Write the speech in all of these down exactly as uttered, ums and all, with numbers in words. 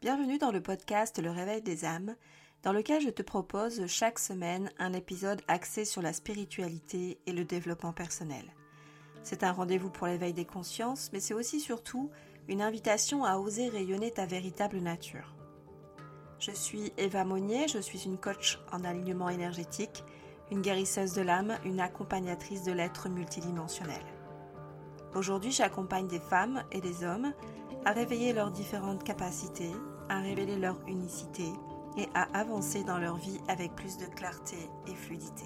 Bienvenue dans le podcast Le Réveil des âmes, dans lequel je te propose chaque semaine un épisode axé sur la spiritualité et le développement personnel. C'est un rendez-vous pour l'éveil des consciences, mais c'est aussi surtout une invitation à oser rayonner ta véritable nature. Je suis Eva Monnier, je suis une coach en alignement énergétique, une guérisseuse de l'âme, une accompagnatrice de l'être multidimensionnel. Aujourd'hui, j'accompagne des femmes et des hommes à réveiller leurs différentes capacités, à révéler leur unicité et à avancer dans leur vie avec plus de clarté et fluidité.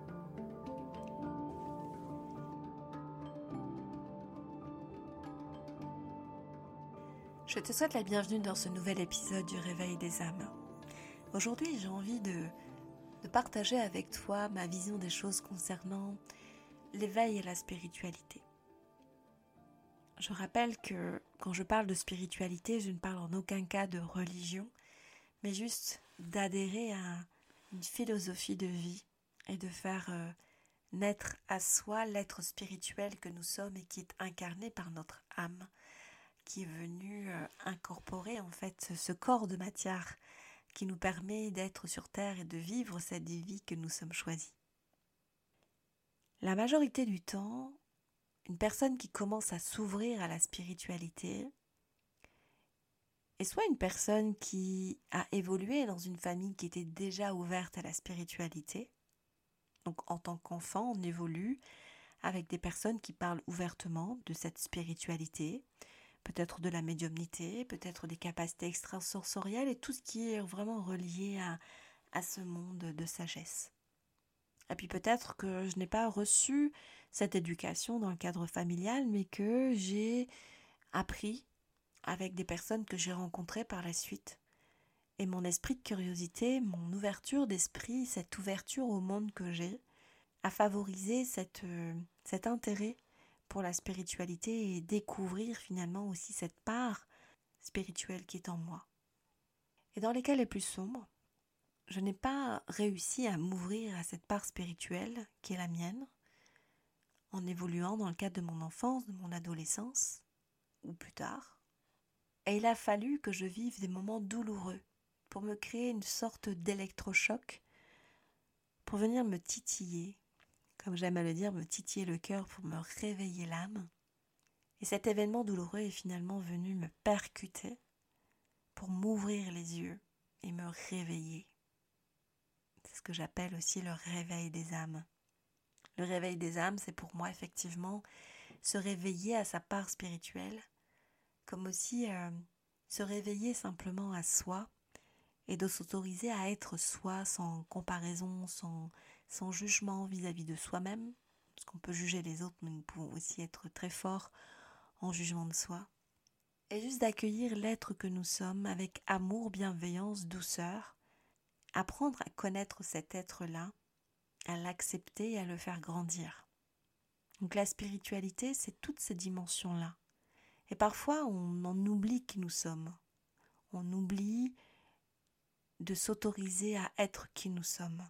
Je te souhaite la bienvenue dans ce nouvel épisode du Réveil des âmes. Aujourd'hui, j'ai envie de, de partager avec toi ma vision des choses concernant l'éveil et la spiritualité. Je rappelle que quand je parle de spiritualité, je ne parle en aucun cas de religion, mais juste d'adhérer à une philosophie de vie et de faire euh, naître à soi l'être spirituel que nous sommes et qui est incarné par notre âme, qui est venu euh, incorporer en fait ce corps de matière qui nous permet d'être sur terre et de vivre cette vie que nous sommes choisis. La majorité du temps, une personne qui commence à s'ouvrir à la spiritualité est soit une personne qui a évolué dans une famille qui était déjà ouverte à la spiritualité. Donc en tant qu'enfant, on évolue avec des personnes qui parlent ouvertement de cette spiritualité, peut-être de la médiumnité, peut-être des capacités extrasensorielles et tout ce qui est vraiment relié à, à ce monde de sagesse. Et puis peut-être que je n'ai pas reçu cette éducation dans le cadre familial, mais que j'ai appris avec des personnes que j'ai rencontrées par la suite. Et mon esprit de curiosité, mon ouverture d'esprit, cette ouverture au monde que j'ai, a favorisé cette, euh, cet intérêt pour la spiritualité et découvrir finalement aussi cette part spirituelle qui est en moi. Et dans les cas les plus sombres, je n'ai pas réussi à m'ouvrir à cette part spirituelle qui est la mienne, en évoluant dans le cadre de mon enfance, de mon adolescence, ou plus tard. Et il a fallu que je vive des moments douloureux pour me créer une sorte d'électrochoc, pour venir me titiller, comme j'aime à le dire, me titiller le cœur pour me réveiller l'âme. Et cet événement douloureux est finalement venu me percuter pour m'ouvrir les yeux et me réveiller. C'est ce que j'appelle aussi le réveil des âmes. Le réveil des âmes, c'est pour moi effectivement se réveiller à sa part spirituelle, comme aussi euh, se réveiller simplement à soi et de s'autoriser à être soi sans comparaison, sans, sans jugement vis-à-vis de soi-même, parce qu'on peut juger les autres, mais nous pouvons aussi être très forts en jugement de soi. Et juste d'accueillir l'être que nous sommes avec amour, bienveillance, douceur, apprendre à connaître cet être-là, à l'accepter et à le faire grandir. Donc la spiritualité, c'est toutes ces dimensions-là. Et parfois, on en oublie qui nous sommes. On oublie de s'autoriser à être qui nous sommes.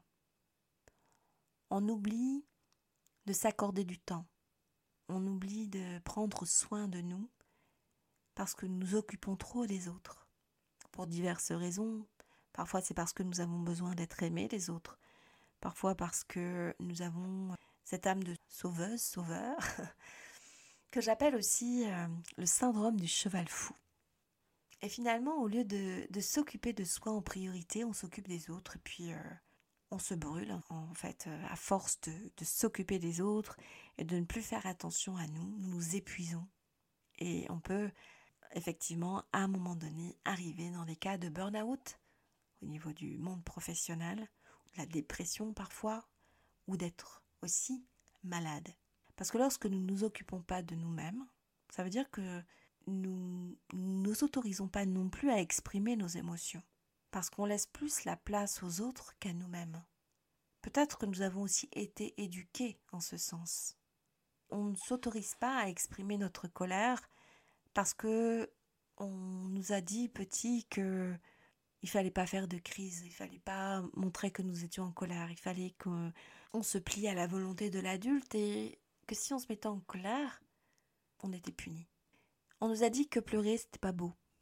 On oublie de s'accorder du temps. On oublie de prendre soin de nous parce que nous nous occupons trop des autres. Pour diverses raisons. Parfois, c'est parce que nous avons besoin d'être aimés des autres. Parfois parce que nous avons cette âme de sauveuse, sauveur, que j'appelle aussi euh, le syndrome du cheval fou. Et finalement, au lieu de, de s'occuper de soi en priorité, on s'occupe des autres et puis euh, on se brûle en fait euh, à force de, de s'occuper des autres et de ne plus faire attention à nous, nous nous épuisons. Et on peut effectivement à un moment donné arriver dans des cas de burn-out au niveau du monde professionnel, de la dépression parfois, ou d'être aussi malade. Parce que lorsque nous ne nous occupons pas de nous-mêmes, ça veut dire que nous ne nous autorisons pas non plus à exprimer nos émotions. Parce qu'on laisse plus la place aux autres qu'à nous-mêmes. Peut-être que nous avons aussi été éduqués en ce sens. On ne s'autorise pas à exprimer notre colère parce que on nous a dit petit que il fallait pas faire de crise, il fallait pas montrer que nous étions en colère, il fallait qu'on se plie à la volonté de l'adulte et que si on se mettait en colère, on était puni. On nous a dit que pleurer c'était pas beau,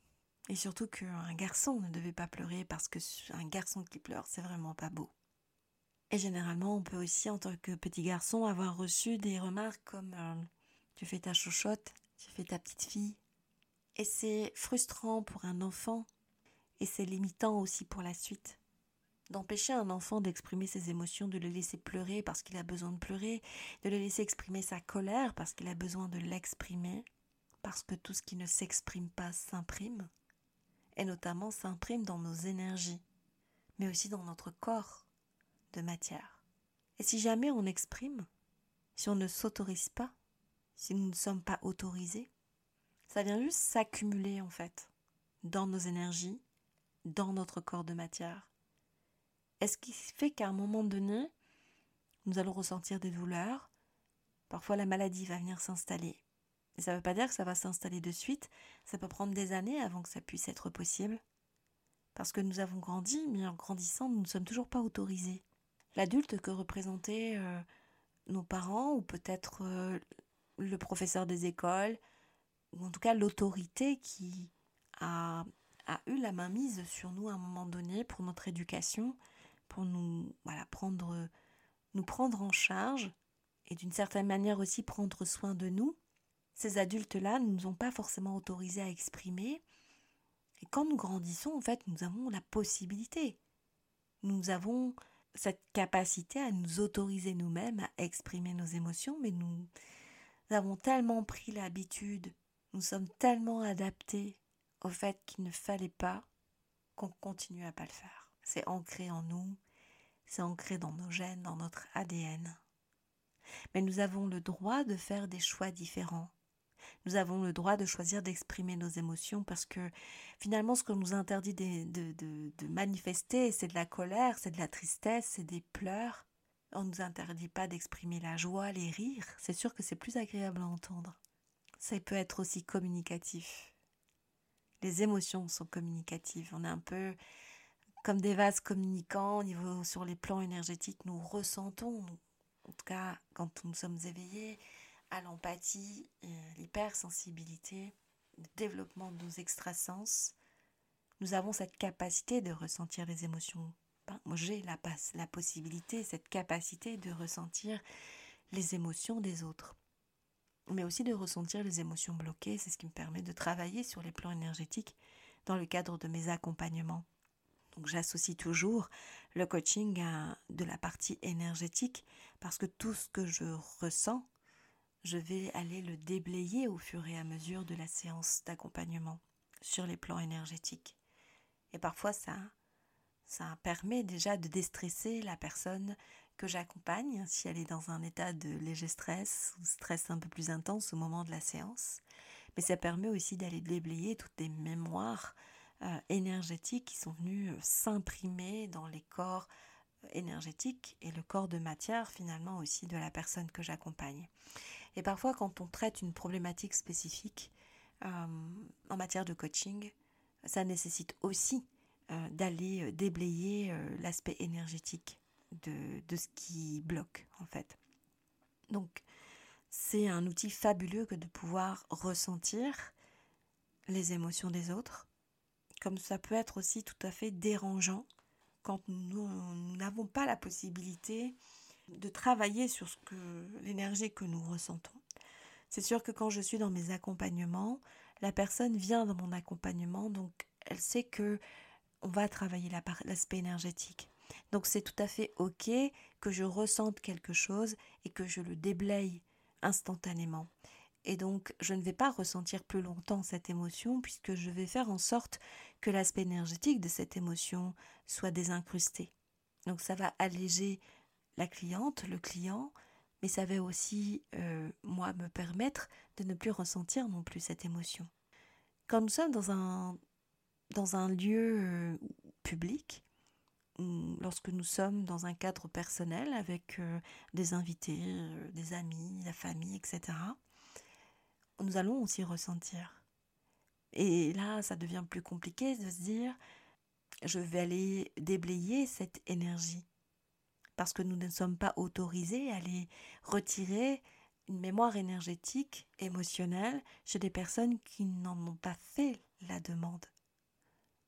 Et surtout qu'un garçon ne devait pas pleurer parce qu'un garçon qui pleure, c'est vraiment pas beau. Et généralement, on peut aussi, en tant que petit garçon, avoir reçu des remarques comme euh, « tu fais ta chochotte, tu fais ta petite fille ». Et c'est frustrant pour un enfant et c'est limitant aussi pour la suite. D'empêcher un enfant d'exprimer ses émotions, de le laisser pleurer parce qu'il a besoin de pleurer, de le laisser exprimer sa colère parce qu'il a besoin de l'exprimer, parce que tout ce qui ne s'exprime pas s'imprime, et notamment s'imprime dans nos énergies, mais aussi dans notre corps de matière. Et si jamais on exprime, si on ne s'autorise pas, si nous ne sommes pas autorisés, ça vient juste s'accumuler en fait, dans nos énergies, dans notre corps de matière. Et ce qui fait qu'à un moment donné, nous allons ressentir des douleurs. Parfois, la maladie va venir s'installer. Et ça ne veut pas dire que ça va s'installer de suite. Ça peut prendre des années avant que ça puisse être possible. Parce que nous avons grandi, mais en grandissant, nous ne sommes toujours pas autorisés. L'adulte que représentaient euh, nos parents, ou peut-être euh, le professeur des écoles, ou en tout cas l'autorité qui a, a eu la main mise sur nous à un moment donné pour notre éducation, pour nous voilà, prendre, nous prendre en charge et d'une certaine manière aussi prendre soin de nous. Ces adultes-là ne nous ont pas forcément autorisés à exprimer. Et quand nous grandissons, en fait, nous avons la possibilité. Nous avons cette capacité à nous autoriser nous-mêmes à exprimer nos émotions, mais nous avons tellement pris l'habitude, nous sommes tellement adaptés au fait qu'il ne fallait pas qu'on continue à ne pas le faire. C'est ancré en nous. C'est ancré dans nos gènes, dans notre A D N. Mais nous avons le droit de faire des choix différents. Nous avons le droit de choisir d'exprimer nos émotions parce que finalement ce qu'on nous interdit de, de, de, de manifester, c'est de la colère, c'est de la tristesse, c'est des pleurs. On ne nous interdit pas d'exprimer la joie, les rires. C'est sûr que c'est plus agréable à entendre. Ça peut être aussi communicatif. Les émotions sont communicatives. On est un peu comme des vases communicants au niveau sur les plans énergétiques. Nous ressentons, en tout cas quand nous sommes éveillés, à l'empathie, l'hypersensibilité, le développement de nos extrasens. Nous avons cette capacité de ressentir les émotions. Ben, moi j'ai la, la possibilité, cette capacité de ressentir les émotions des autres. Mais aussi de ressentir les émotions bloquées. C'est ce qui me permet de travailler sur les plans énergétiques dans le cadre de mes accompagnements. Donc j'associe toujours le coaching à de la partie énergétique parce que tout ce que je ressens, je vais aller le déblayer au fur et à mesure de la séance d'accompagnement sur les plans énergétiques. Et parfois ça, ça permet déjà de déstresser la personne que j'accompagne si elle est dans un état de léger stress ou stress un peu plus intense au moment de la séance. Mais ça permet aussi d'aller déblayer toutes les mémoires Euh, énergétiques qui sont venus euh, s'imprimer dans les corps euh, énergétiques et le corps de matière finalement aussi de la personne que j'accompagne. Et parfois quand on traite une problématique spécifique euh, en matière de coaching, ça nécessite aussi euh, d'aller euh, déblayer euh, l'aspect énergétique de, de ce qui bloque en fait. Donc c'est un outil fabuleux que de pouvoir ressentir les émotions des autres, comme ça peut être aussi tout à fait dérangeant quand nous n'avons pas la possibilité de travailler sur ce que, l'énergie que nous ressentons. C'est sûr que quand je suis dans mes accompagnements, la personne vient dans mon accompagnement, donc elle sait que on va travailler la, l'aspect énergétique. Donc c'est tout à fait ok que je ressente quelque chose et que je le déblaye instantanément. Et donc, je ne vais pas ressentir plus longtemps cette émotion puisque je vais faire en sorte que l'aspect énergétique de cette émotion soit désincrusté. Donc, ça va alléger la cliente, le client, mais ça va aussi, euh, moi, me permettre de ne plus ressentir non plus cette émotion. Quand nous sommes dans un, dans un lieu euh, public, lorsque nous sommes dans un cadre personnel avec euh, des invités, euh, des amis, la famille, et cetera, nous allons aussi ressentir. Et là, ça devient plus compliqué de se dire, je vais aller déblayer cette énergie. Parce que nous ne sommes pas autorisés à aller retirer une mémoire énergétique, émotionnelle, chez des personnes qui n'en ont pas fait la demande.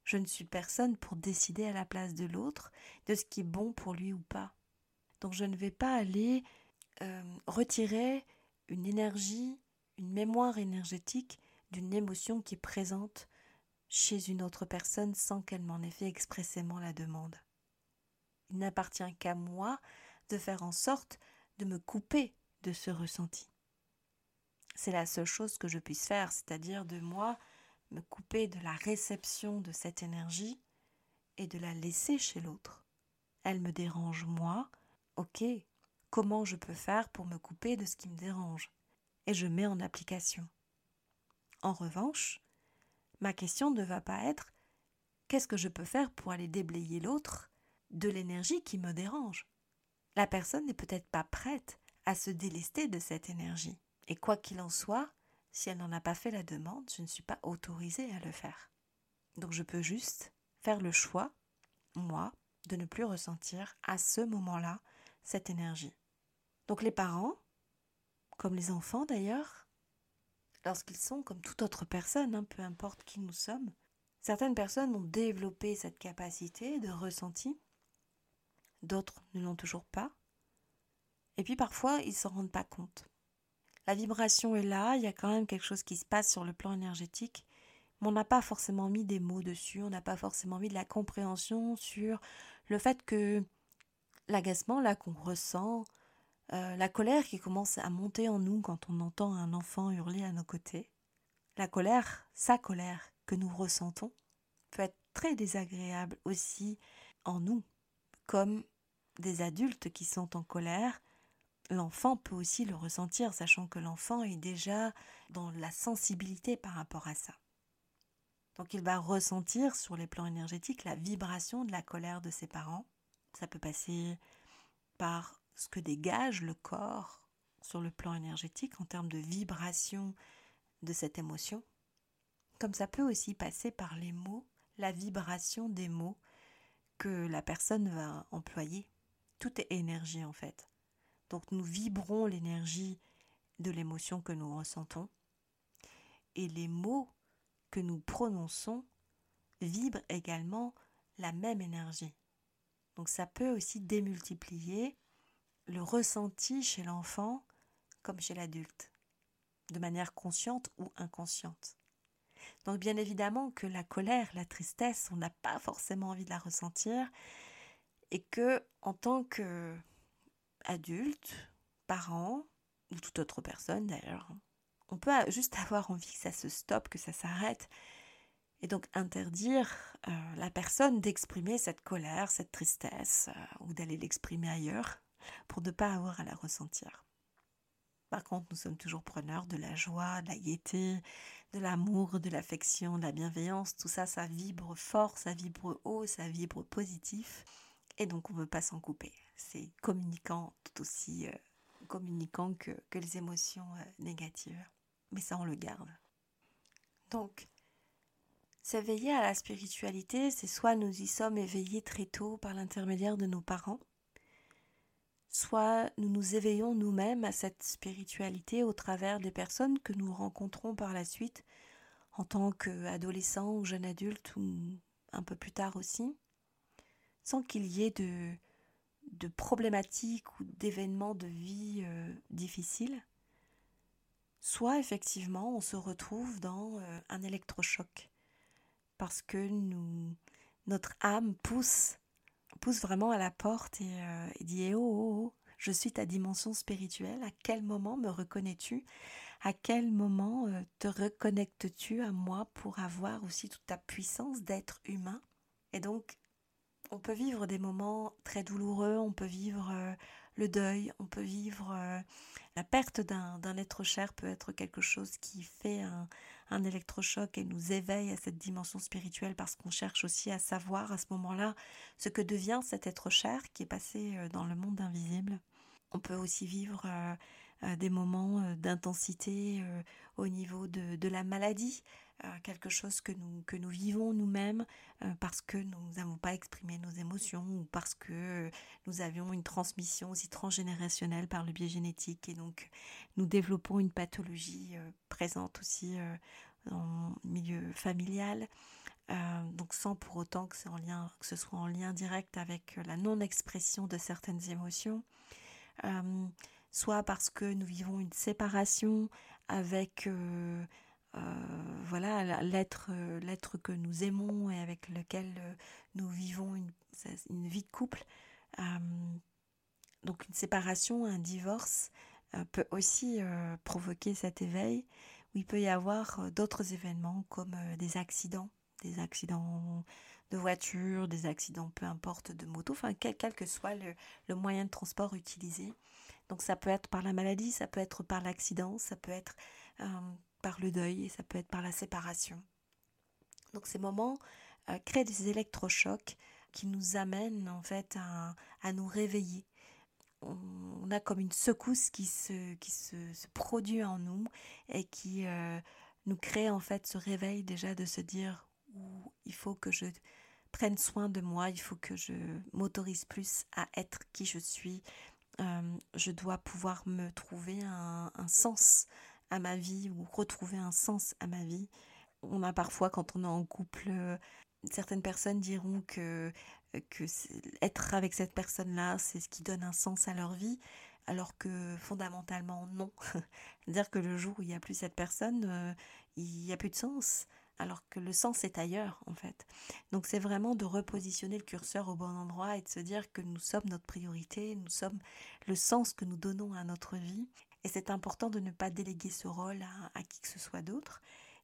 Je ne suis personne pour décider à la place de l'autre de ce qui est bon pour lui ou pas. Donc je ne vais pas aller euh, retirer une énergie, une mémoire énergétique d'une émotion qui est présente chez une autre personne sans qu'elle m'en ait fait expressément la demande. Il n'appartient qu'à moi de faire en sorte de me couper de ce ressenti. C'est la seule chose que je puisse faire, c'est-à-dire de moi me couper de la réception de cette énergie et de la laisser chez l'autre. Elle me dérange moi, ok, comment je peux faire pour me couper de ce qui me dérange? Et je mets en application. En revanche, ma question ne va pas être qu'est-ce que je peux faire pour aller déblayer l'autre de l'énergie qui me dérange? La personne n'est peut-être pas prête à se délester de cette énergie. Et quoi qu'il en soit, si elle n'en a pas fait la demande, je ne suis pas autorisée à le faire. Donc je peux juste faire le choix, moi, de ne plus ressentir à ce moment-là cette énergie. Donc les parents, comme les enfants d'ailleurs, lorsqu'ils sont comme toute autre personne, hein, peu importe qui nous sommes, certaines personnes ont développé cette capacité de ressenti, d'autres ne l'ont toujours pas, et puis parfois ils ne s'en rendent pas compte. La vibration est là, il y a quand même quelque chose qui se passe sur le plan énergétique, mais on n'a pas forcément mis des mots dessus, on n'a pas forcément mis de la compréhension sur le fait que l'agacement là qu'on ressent, euh, la colère qui commence à monter en nous quand on entend un enfant hurler à nos côtés, la colère, sa colère que nous ressentons, peut être très désagréable aussi en nous, comme des adultes qui sont en colère. L'enfant peut aussi le ressentir, sachant que l'enfant est déjà dans la sensibilité par rapport à ça. Donc il va ressentir sur les plans énergétiques la vibration de la colère de ses parents. Ça peut passer par ce que dégage le corps sur le plan énergétique en termes de vibration de cette émotion. Comme ça peut aussi passer par les mots, la vibration des mots que la personne va employer. Tout est énergie en fait. Donc nous vibrons l'énergie de l'émotion que nous ressentons et les mots que nous prononçons vibrent également la même énergie. Donc ça peut aussi démultiplier le ressenti chez l'enfant comme chez l'adulte, de manière consciente ou inconsciente. Donc bien évidemment que la colère, la tristesse, on n'a pas forcément envie de la ressentir et que en tant qu'adulte, parent ou toute autre personne d'ailleurs, on peut juste avoir envie que ça se stoppe, que ça s'arrête et donc interdire euh, la personne d'exprimer cette colère, cette tristesse euh, ou d'aller l'exprimer ailleurs pour ne pas avoir à la ressentir. Par contre, nous sommes toujours preneurs de la joie, de la gaieté, de l'amour, de l'affection, de la bienveillance. Tout ça, ça vibre fort, ça vibre haut, ça vibre positif. Et donc, on ne veut pas s'en couper. C'est communicant, tout aussi euh, communicant que, que les émotions euh, négatives. Mais ça, on le garde. Donc, s'éveiller à la spiritualité, c'est soit nous y sommes éveillés très tôt par l'intermédiaire de nos parents, soit nous nous éveillons nous-mêmes à cette spiritualité au travers des personnes que nous rencontrons par la suite en tant qu'adolescents ou jeunes adultes ou un peu plus tard aussi, sans qu'il y ait de, de problématiques ou d'événements de vie euh, difficiles. Soit effectivement on se retrouve dans euh, un électrochoc parce que nous, notre âme pousse pousse vraiment à la porte et, euh, et dit eh, « oh, oh, oh, je suis ta dimension spirituelle, à quel moment me reconnais-tu? À quel moment euh, te reconnectes-tu à moi pour avoir aussi toute ta puissance d'être humain ?» Et donc, on peut vivre des moments très douloureux, on peut vivre euh, le deuil, on peut vivre euh, la perte d'un, d'un être cher peut être quelque chose qui fait un, un électrochoc et nous éveille à cette dimension spirituelle parce qu'on cherche aussi à savoir à ce moment-là ce que devient cet être cher qui est passé euh, dans le monde invisible. On peut aussi vivre euh, euh, des moments euh, d'intensité euh, au niveau de, de la maladie, euh, quelque chose que nous, que nous vivons nous-mêmes euh, parce que nous n'avons pas exprimé nos émotions ou parce que nous avions une transmission aussi transgénérationnelle par le biais génétique et donc nous développons une pathologie euh, présente aussi euh, en milieu familial. euh, donc sans pour autant que, c'est en lien, que ce soit en lien direct avec la non-expression de certaines émotions, euh, soit parce que nous vivons une séparation avec euh, euh, voilà, l'être, l'être que nous aimons et avec lequel euh, nous vivons une, une vie de couple. Euh, donc une séparation, un divorce euh, peut aussi euh, provoquer cet éveil, où il peut y avoir euh, d'autres événements comme euh, des accidents, des accidents de voiture, des accidents peu importe de moto, enfin quel, quel que soit le, le moyen de transport utilisé. Donc ça peut être par la maladie, ça peut être par l'accident, ça peut être euh, par le deuil et ça peut être par la séparation. Donc ces moments euh, créent des électrochocs qui nous amènent en fait à, à nous réveiller. On a comme une secousse qui se, qui se, se produit en nous et qui euh, nous crée en fait ce réveil déjà de se dire où il faut que je prenne soin de moi, il faut que je m'autorise plus à être qui je suis. Euh, je dois pouvoir me trouver un, un sens à ma vie ou retrouver un sens à ma vie. On a parfois, quand on est en couple, euh, certaines personnes diront que, que être avec cette personne-là, c'est ce qui donne un sens à leur vie, alors que fondamentalement, non. C'est-à-dire que le jour où il n'y a plus cette personne, euh, il n'y a plus de sens, alors que le sens est ailleurs, en fait. Donc c'est vraiment de repositionner le curseur au bon endroit et de se dire que nous sommes notre priorité, nous sommes le sens que nous donnons à notre vie. Et c'est important de ne pas déléguer ce rôle à, à qui que ce soit d'autre.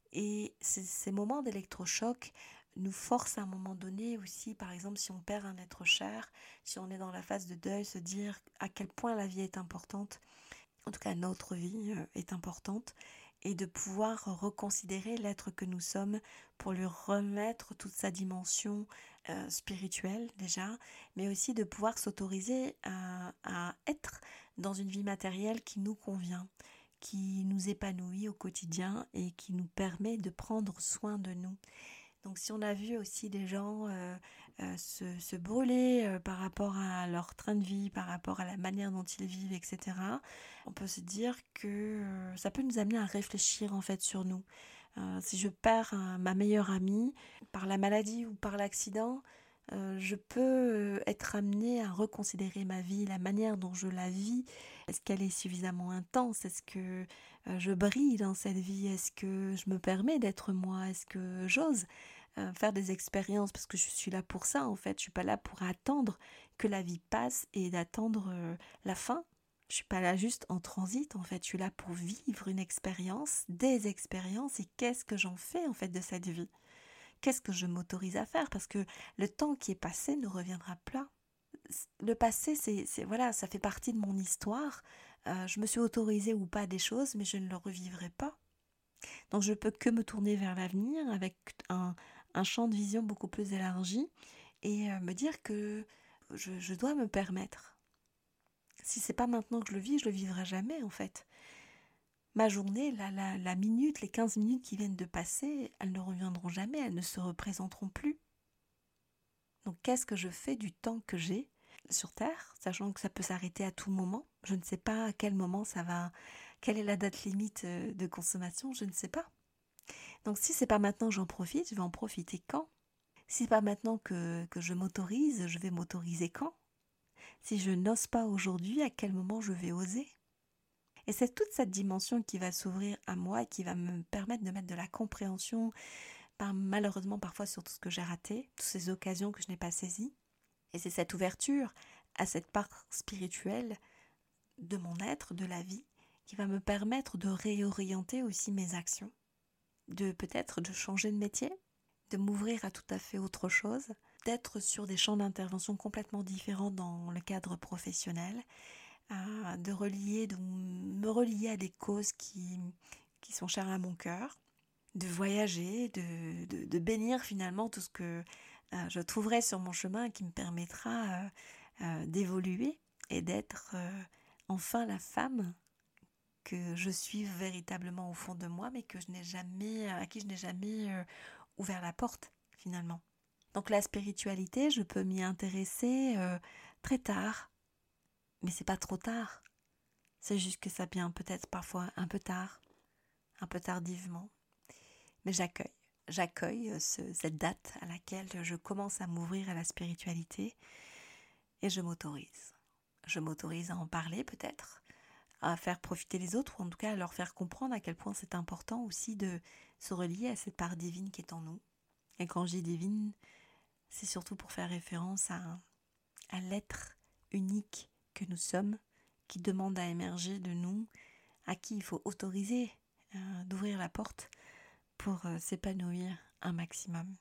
Et ces, ces moments d'électrochoc nous forcent à un moment donné aussi, par exemple, si on perd un être cher, si on est dans la phase de deuil, se dire à quel point la vie est importante, en tout cas notre vie euh, est importante, et de pouvoir reconsidérer l'être que nous sommes pour lui remettre toute sa dimension euh, spirituelle déjà, mais aussi de pouvoir s'autoriser à, à être dans une vie matérielle qui nous convient, qui nous épanouit au quotidien et qui nous permet de prendre soin de nous. Donc si on a vu aussi des gens euh, euh, se, se brûler euh, par rapport à leur train de vie, par rapport à la manière dont ils vivent, et cetera, on peut se dire que euh, ça peut nous amener à réfléchir en fait sur nous. Euh, si je perds euh, ma meilleure amie par la maladie ou par l'accident, euh, je peux euh, être amenée à reconsidérer ma vie, la manière dont je la vis. Est-ce qu'elle est suffisamment intense? Est-ce que euh, je brille dans cette vie? Est-ce que je me permets d'être moi? Est-ce que j'ose euh, faire des expériences? Parce que je suis là pour ça en fait. Je suis pas là pour attendre que la vie passe et d'attendre euh, la fin. Je suis pas là juste en transit en fait. Je suis là pour vivre une expérience, des expériences. Et qu'est-ce que j'en fais en fait de cette vie? Qu'est-ce que je m'autorise à faire? Parce que le temps qui est passé ne reviendra pas. Le passé, c'est, c'est voilà, ça fait partie de mon histoire. Euh, je me suis autorisée ou pas des choses, mais je ne le revivrai pas. Donc je peux que me tourner vers l'avenir avec un, un champ de vision beaucoup plus élargi et euh, me dire que je, je dois me permettre. Si c'est pas maintenant que je le vis, je le vivrai jamais en fait. Ma journée, la, la, la minute, les quinze minutes qui viennent de passer, elles ne reviendront jamais, elles ne se représenteront plus. Donc qu'est-ce que je fais du temps que j'ai sur Terre, sachant que ça peut s'arrêter à tout moment? Je ne sais pas à quel moment ça va, quelle est la date limite de consommation, je ne sais pas. Donc si c'est pas maintenant que j'en profite, je vais en profiter quand? Si c'est pas maintenant que, que je m'autorise, je vais m'autoriser quand? Si je n'ose pas aujourd'hui, à quel moment je vais oser? Et c'est toute cette dimension qui va s'ouvrir à moi et qui va me permettre de mettre de la compréhension, ben, malheureusement parfois sur tout ce que j'ai raté, toutes ces occasions que je n'ai pas saisies. Et c'est cette ouverture à cette part spirituelle de mon être, de la vie, qui va me permettre de réorienter aussi mes actions, de peut-être de changer de métier, de m'ouvrir à tout à fait autre chose, d'être sur des champs d'intervention complètement différents dans le cadre professionnel, euh, de relier, de me relier à des causes qui, qui sont chères à mon cœur, de voyager, de, de, de bénir finalement tout ce que euh, je trouverai sur mon chemin et qui me permettra euh, euh, d'évoluer et d'être euh, enfin la femme que je suis véritablement au fond de moi, mais que je n'ai jamais, à qui je n'ai jamais euh, ouvert la porte finalement. Donc la spiritualité, je peux m'y intéresser euh, très tard, mais c'est pas trop tard. C'est juste que ça vient peut-être parfois un peu tard, un peu tardivement. Mais j'accueille. j'accueille ce, cette date à laquelle je commence à m'ouvrir à la spiritualité et je m'autorise. Je m'autorise à en parler peut-être, à faire profiter les autres, ou en tout cas à leur faire comprendre à quel point c'est important aussi de se relier à cette part divine qui est en nous. Et quand je dis divine, c'est surtout pour faire référence à, à l'être unique que nous sommes, qui demande à émerger de nous, à qui il faut autoriser euh, d'ouvrir la porte pour euh, s'épanouir un maximum.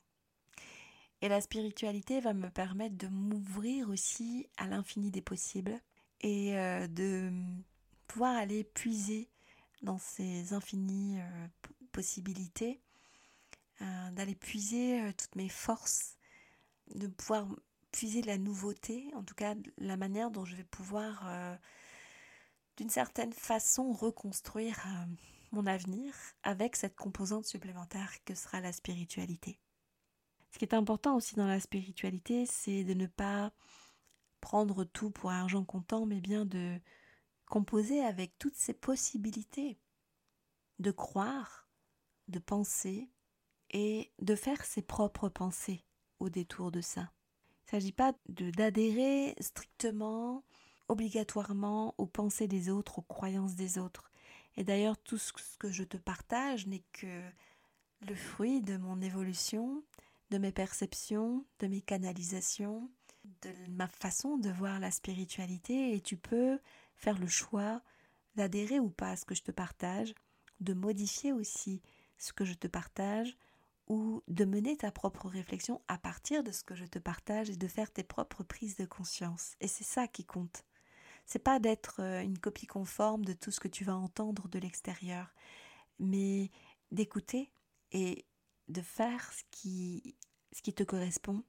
Et la spiritualité va me permettre de m'ouvrir aussi à l'infini des possibles et euh, de pouvoir aller puiser dans ces infinies euh, possibilités, euh, d'aller puiser euh, toutes mes forces, de pouvoir puiser de la nouveauté, en tout cas la manière dont je vais pouvoir euh, d'une certaine façon reconstruire euh, mon avenir avec cette composante supplémentaire que sera la spiritualité. Ce qui est important aussi dans la spiritualité, c'est de ne pas prendre tout pour argent comptant, mais bien de composer avec toutes ces possibilités, de croire, de penser et de faire ses propres pensées au détour de ça. Il ne s'agit pas de, d'adhérer strictement, obligatoirement aux pensées des autres, aux croyances des autres. Et d'ailleurs, tout ce que je te partage n'est que le fruit de mon évolution, de mes perceptions, de mes canalisations, de ma façon de voir la spiritualité, et tu peux faire le choix d'adhérer ou pas à ce que je te partage, de modifier aussi ce que je te partage, ou de mener ta propre réflexion à partir de ce que je te partage et de faire tes propres prises de conscience. Et c'est ça qui compte. C'est pas d'être une copie conforme de tout ce que tu vas entendre de l'extérieur, mais d'écouter et de faire ce qui, ce qui te correspond,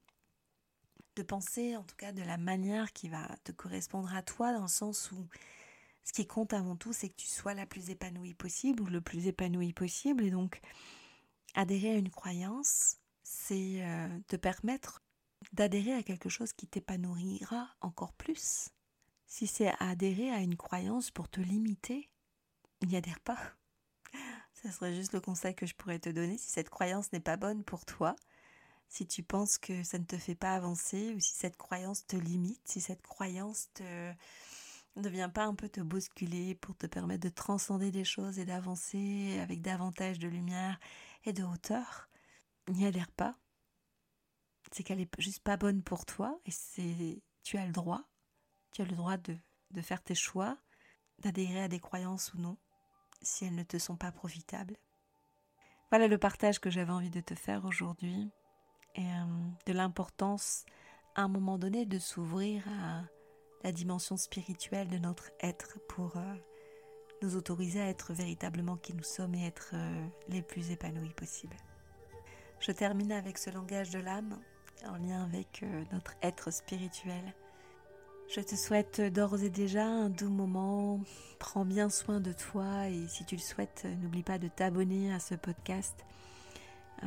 de penser en tout cas de la manière qui va te correspondre à toi, dans le sens où ce qui compte avant tout, c'est que tu sois la plus épanouie possible ou le plus épanoui possible. Et donc, adhérer à une croyance, c'est euh, te permettre d'adhérer à quelque chose qui t'épanouira encore plus. Si c'est adhérer à une croyance pour te limiter, n'y adhère pas. Ça serait juste le conseil que je pourrais te donner. Si cette croyance n'est pas bonne pour toi, si tu penses que ça ne te fait pas avancer, ou si cette croyance te limite, si cette croyance te... ne vient pas un peu te bousculer pour te permettre de transcender des choses et d'avancer avec davantage de lumière et de hauteur, n'y adhère pas. C'est qu'elle est juste pas bonne pour toi, et c'est tu as le droit, tu as le droit de, de faire tes choix, d'adhérer à des croyances ou non, si elles ne te sont pas profitables. Voilà le partage que j'avais envie de te faire aujourd'hui, et euh, de l'importance à un moment donné de s'ouvrir à la dimension spirituelle de notre être pour euh, nous autoriser à être véritablement qui nous sommes et être euh, les plus épanouis possibles. Je termine avec ce langage de l'âme en lien avec euh, notre être spirituel. Je te souhaite d'ores et déjà un doux moment. Prends bien soin de toi, et si tu le souhaites, n'oublie pas de t'abonner à ce podcast, euh,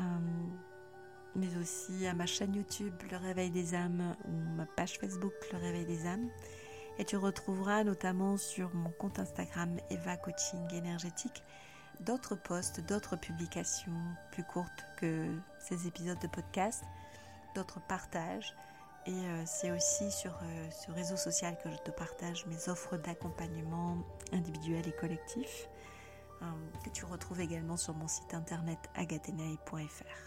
mais aussi à ma chaîne YouTube Le Réveil des âmes ou ma page Facebook Le Réveil des âmes. Et tu retrouveras notamment sur mon compte Instagram Eva Coaching Énergétique d'autres posts, d'autres publications plus courtes que ces épisodes de podcast, d'autres partages. Et euh, c'est aussi sur euh, ce réseau social que je te partage mes offres d'accompagnement individuel et collectif, euh, que tu retrouves également sur mon site internet agatenei point f r.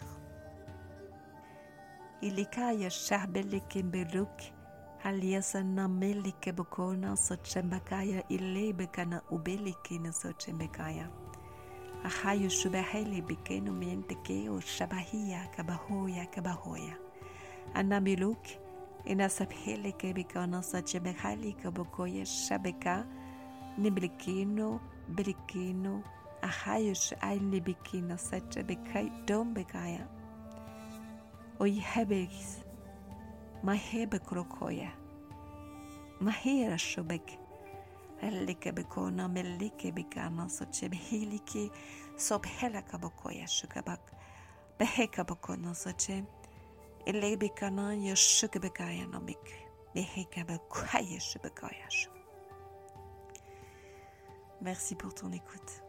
Ilika shahbeleke beluk Aliasa namelike bokona sochembakaya ile bekana ubelike na sochembakaya. Ahayo shubahele bekeno menteke o shabahia kabahoya kabahoya. Anamiluk inasabhele ke bekana sochembakali kabokoya shabeka niblikino belikino. Ahayo shaile bekina sochembakai dombekaya. Oyhebeks Mahebe krokoya, mahera shobek, elike bekona melike bekana soche behilike sobhela kabokoya shukabak, beheka bokona soche, elebekana yashukabekaya namik, beheka bekaya shubekaya. Merci pour ton écoute.